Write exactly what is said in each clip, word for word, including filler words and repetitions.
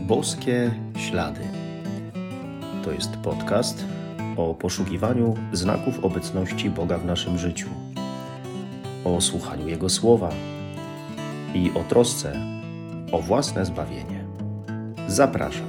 Boskie Ślady. To jest podcast o poszukiwaniu znaków obecności Boga w naszym życiu, o słuchaniu Jego słowa i o trosce o własne zbawienie. Zapraszam.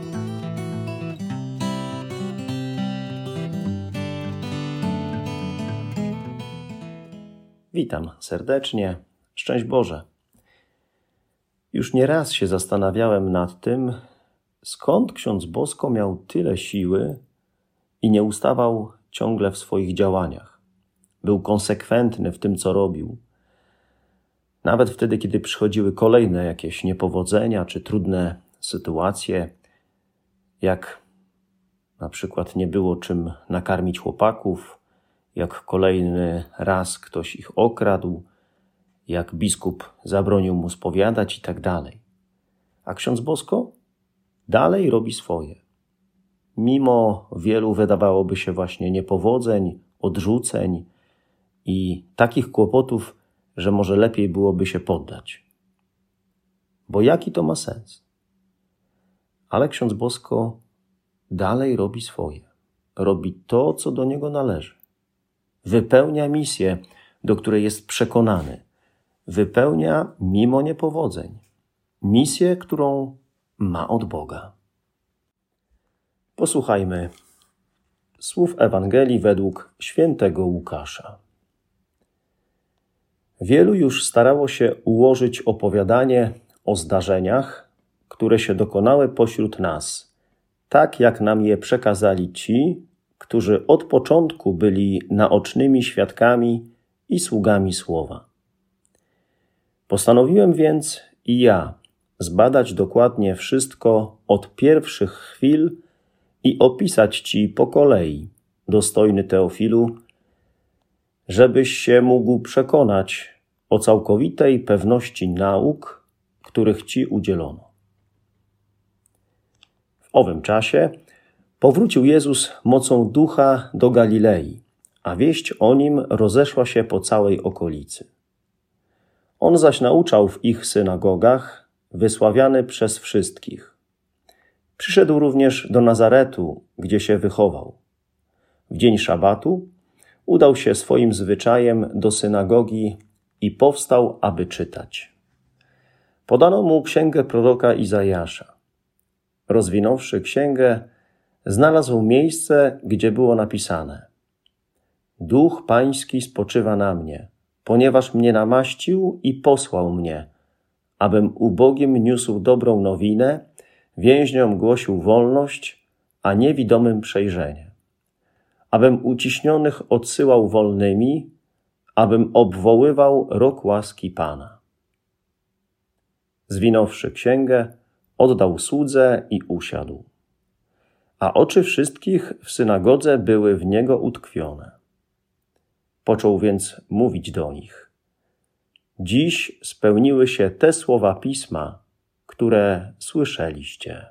Witam serdecznie. Szczęść Boże. Już nieraz się zastanawiałem nad tym, skąd ksiądz Bosko miał tyle siły i nie ustawał ciągle w swoich działaniach. Był konsekwentny w tym, co robił. Nawet wtedy, kiedy przychodziły kolejne jakieś niepowodzenia czy trudne sytuacje, jak na przykład nie było czym nakarmić chłopaków, jak kolejny raz ktoś ich okradł, jak biskup zabronił mu spowiadać i tak dalej. A ksiądz Bosko dalej robi swoje. Mimo wielu wydawałoby się właśnie niepowodzeń, odrzuceń i takich kłopotów, że może lepiej byłoby się poddać. Bo jaki to ma sens? Ale ksiądz Bosko dalej robi swoje. Robi to, co do niego należy. Wypełnia misję, do której jest przekonany. Wypełnia mimo niepowodzeń. Misję, którą ma od Boga. Posłuchajmy słów Ewangelii według świętego Łukasza. Wielu już starało się ułożyć opowiadanie o zdarzeniach, które się dokonały pośród nas, tak jak nam je przekazali ci, którzy od początku byli naocznymi świadkami i sługami słowa. Postanowiłem więc i ja zbadać dokładnie wszystko od pierwszych chwil i opisać ci po kolei, dostojny Teofilu, żebyś się mógł przekonać o całkowitej pewności nauk, których ci udzielono. W owym czasie powrócił Jezus mocą ducha do Galilei, a wieść o nim rozeszła się po całej okolicy. On zaś nauczał w ich synagogach, wysławiany przez wszystkich. Przyszedł również do Nazaretu, gdzie się wychował. W dzień szabatu udał się swoim zwyczajem do synagogi i powstał, aby czytać. Podano mu księgę proroka Izajasza. Rozwinąwszy księgę, znalazł miejsce, gdzie było napisane: Duch Pański spoczywa na mnie, ponieważ mnie namaścił i posłał mnie, abym ubogim niósł dobrą nowinę, więźniom głosił wolność, a niewidomym przejrzenie, abym uciśnionych odsyłał wolnymi, abym obwoływał rok łaski Pana. Zwinąwszy księgę, oddał słudze i usiadł. A oczy wszystkich w synagodze były w niego utkwione. Począł więc mówić do nich: Dziś spełniły się te słowa Pisma, które słyszeliście.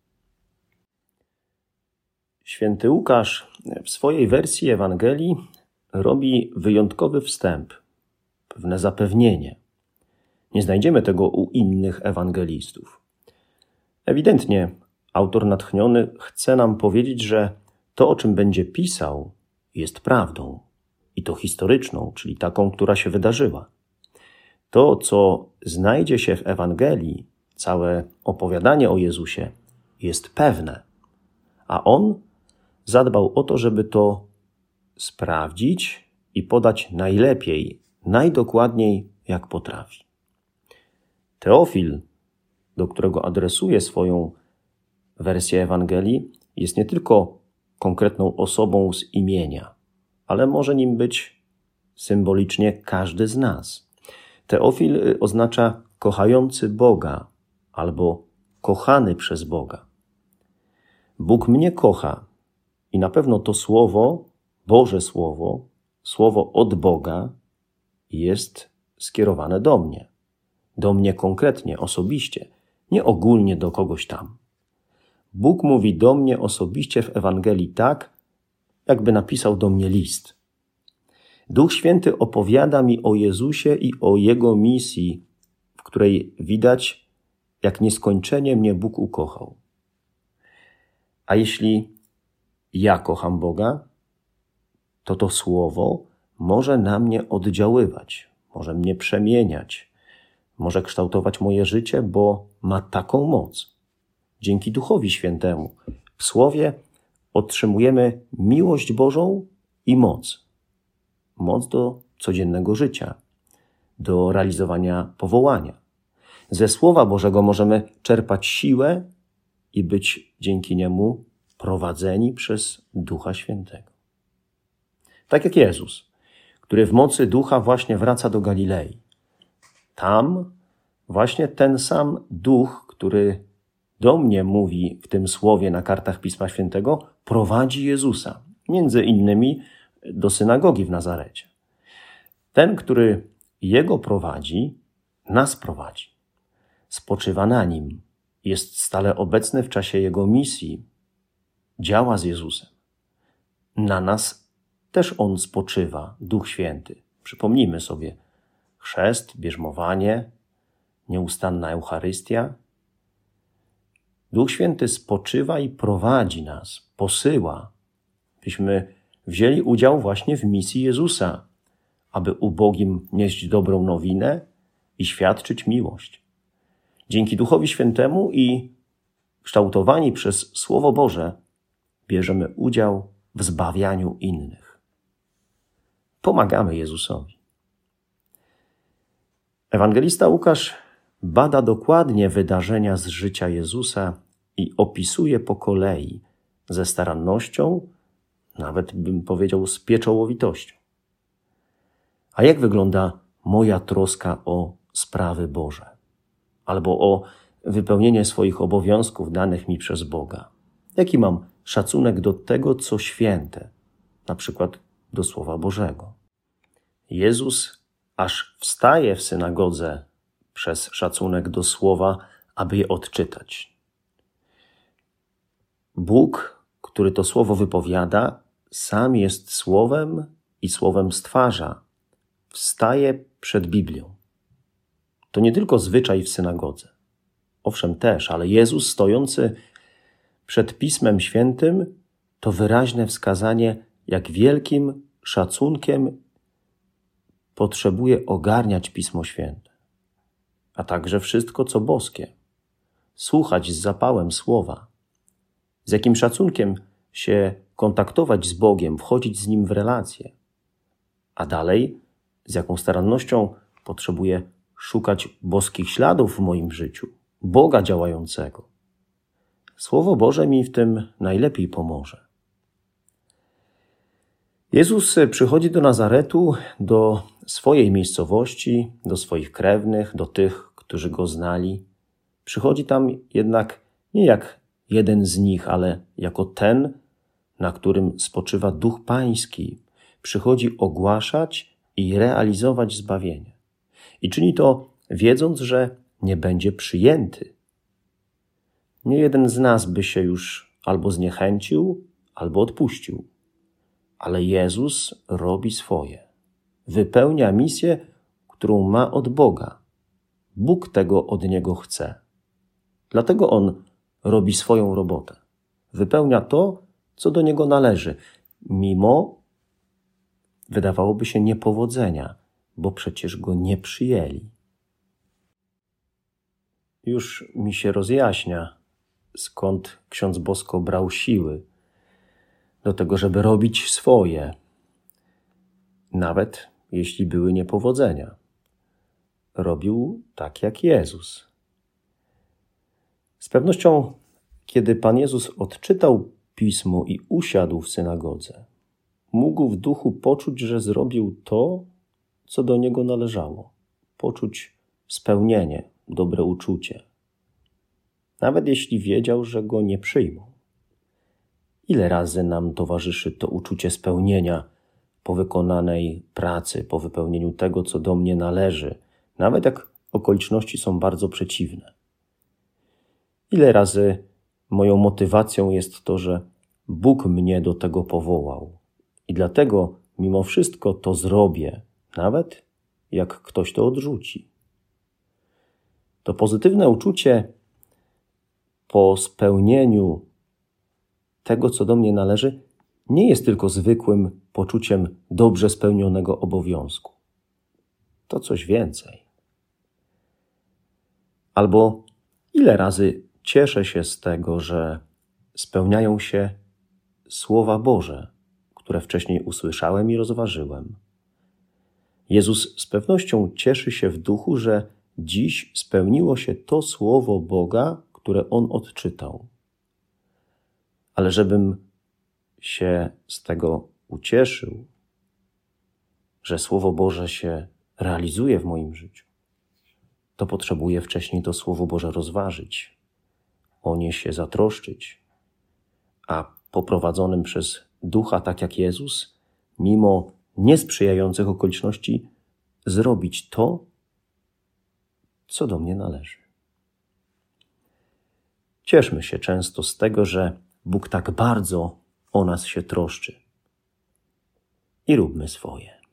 Święty Łukasz w swojej wersji Ewangelii robi wyjątkowy wstęp, pewne zapewnienie. Nie znajdziemy tego u innych ewangelistów. Ewidentnie autor natchniony chce nam powiedzieć, że to, o czym będzie pisał, jest prawdą. I to historyczną, czyli taką, która się wydarzyła. To, co znajdzie się w Ewangelii, całe opowiadanie o Jezusie, jest pewne. A on zadbał o to, żeby to sprawdzić i podać najlepiej, najdokładniej, jak potrafi. Teofil, do którego adresuje swoją wersję Ewangelii, jest nie tylko konkretną osobą z imienia, ale może nim być symbolicznie każdy z nas. Teofil oznacza kochający Boga albo kochany przez Boga. Bóg mnie kocha i na pewno to słowo, Boże Słowo, słowo od Boga jest skierowane do mnie. Do mnie konkretnie, osobiście, nie ogólnie do kogoś tam. Bóg mówi do mnie osobiście w Ewangelii tak, jakby napisał do mnie list. Duch Święty opowiada mi o Jezusie i o Jego misji, w której widać, jak nieskończenie mnie Bóg ukochał. A jeśli ja kocham Boga, to to słowo może na mnie oddziaływać, może mnie przemieniać, może kształtować moje życie, bo ma taką moc. Dzięki Duchowi Świętemu w słowie otrzymujemy miłość Bożą i moc. Moc do codziennego życia, do realizowania powołania. Ze Słowa Bożego możemy czerpać siłę i być dzięki niemu prowadzeni przez Ducha Świętego. Tak jak Jezus, który w mocy Ducha właśnie wraca do Galilei. Tam właśnie ten sam Duch, który do mnie mówi w tym słowie na kartach Pisma Świętego, prowadzi Jezusa, między innymi do synagogi w Nazarecie. Ten, który Jego prowadzi, nas prowadzi. Spoczywa na Nim, jest stale obecny w czasie Jego misji, działa z Jezusem. Na nas też On spoczywa, Duch Święty. Przypomnijmy sobie chrzest, bierzmowanie, nieustanna Eucharystia. Duch Święty spoczywa i prowadzi nas, posyła, byśmy wzięli udział właśnie w misji Jezusa, aby ubogim nieść dobrą nowinę i świadczyć miłość. Dzięki Duchowi Świętemu i kształtowani przez Słowo Boże bierzemy udział w zbawianiu innych. Pomagamy Jezusowi. Ewangelista Łukasz bada dokładnie wydarzenia z życia Jezusa i opisuje po kolei ze starannością, nawet bym powiedział z pieczołowitością. A jak wygląda moja troska o sprawy Boże? Albo o wypełnienie swoich obowiązków danych mi przez Boga? Jaki mam szacunek do tego, co święte, na przykład do Słowa Bożego? Jezus aż wstaje w synagodze przez szacunek do Słowa, aby je odczytać. Bóg, który to Słowo wypowiada, sam jest Słowem i Słowem stwarza. Wstaje przed Biblią. To nie tylko zwyczaj w synagodze. Owszem też, ale Jezus stojący przed Pismem Świętym to wyraźne wskazanie, jak wielkim szacunkiem potrzebuje ogarniać Pismo Święte, a także wszystko, co boskie. Słuchać z zapałem Słowa. Z jakim szacunkiem się kontaktować z Bogiem, wchodzić z Nim w relacje. A dalej, z jaką starannością potrzebuję szukać boskich śladów w moim życiu, Boga działającego. Słowo Boże mi w tym najlepiej pomoże. Jezus przychodzi do Nazaretu, do swojej miejscowości, do swoich krewnych, do tych, którzy Go znali. Przychodzi tam jednak nie jak jeden z nich, ale jako ten, na którym spoczywa Duch Pański. Przychodzi ogłaszać i realizować zbawienie. I czyni to wiedząc, że nie będzie przyjęty. Nie jeden z nas by się już albo zniechęcił, albo odpuścił. Ale Jezus robi swoje. Wypełnia misję, którą ma od Boga. Bóg tego od Niego chce. Dlatego On robi swoją robotę. Wypełnia to, co do Niego należy, mimo, wydawałoby się, niepowodzenia, bo przecież Go nie przyjęli. Już mi się rozjaśnia, skąd ksiądz Bosko brał siły do tego, żeby robić swoje, nawet jeśli były niepowodzenia. Robił tak jak Jezus. Z pewnością, kiedy Pan Jezus odczytał Pismo i usiadł w synagodze, mógł w duchu poczuć, że zrobił to, co do Niego należało. Poczuć spełnienie, dobre uczucie. Nawet jeśli wiedział, że Go nie przyjmą. Ile razy nam towarzyszy to uczucie spełnienia po wykonanej pracy, po wypełnieniu tego, co do mnie należy, nawet jak okoliczności są bardzo przeciwne. Ile razy moją motywacją jest to, że Bóg mnie do tego powołał i dlatego mimo wszystko to zrobię, nawet jak ktoś to odrzuci. To pozytywne uczucie po spełnieniu tego, co do mnie należy, nie jest tylko zwykłym poczuciem dobrze spełnionego obowiązku. To coś więcej. Albo ile razy cieszę się z tego, że spełniają się słowa Boże, które wcześniej usłyszałem i rozważyłem. Jezus z pewnością cieszy się w duchu, że dziś spełniło się to słowo Boga, które On odczytał. Ale żebym się z tego ucieszył, że Słowo Boże się realizuje w moim życiu, to potrzebuję wcześniej to Słowo Boże rozważyć, o nie się zatroszczyć, a poprowadzonym przez Ducha, tak jak Jezus, mimo niesprzyjających okoliczności, zrobić to, co do mnie należy. Cieszmy się często z tego, że Bóg tak bardzo o nas się troszczy. I róbmy swoje.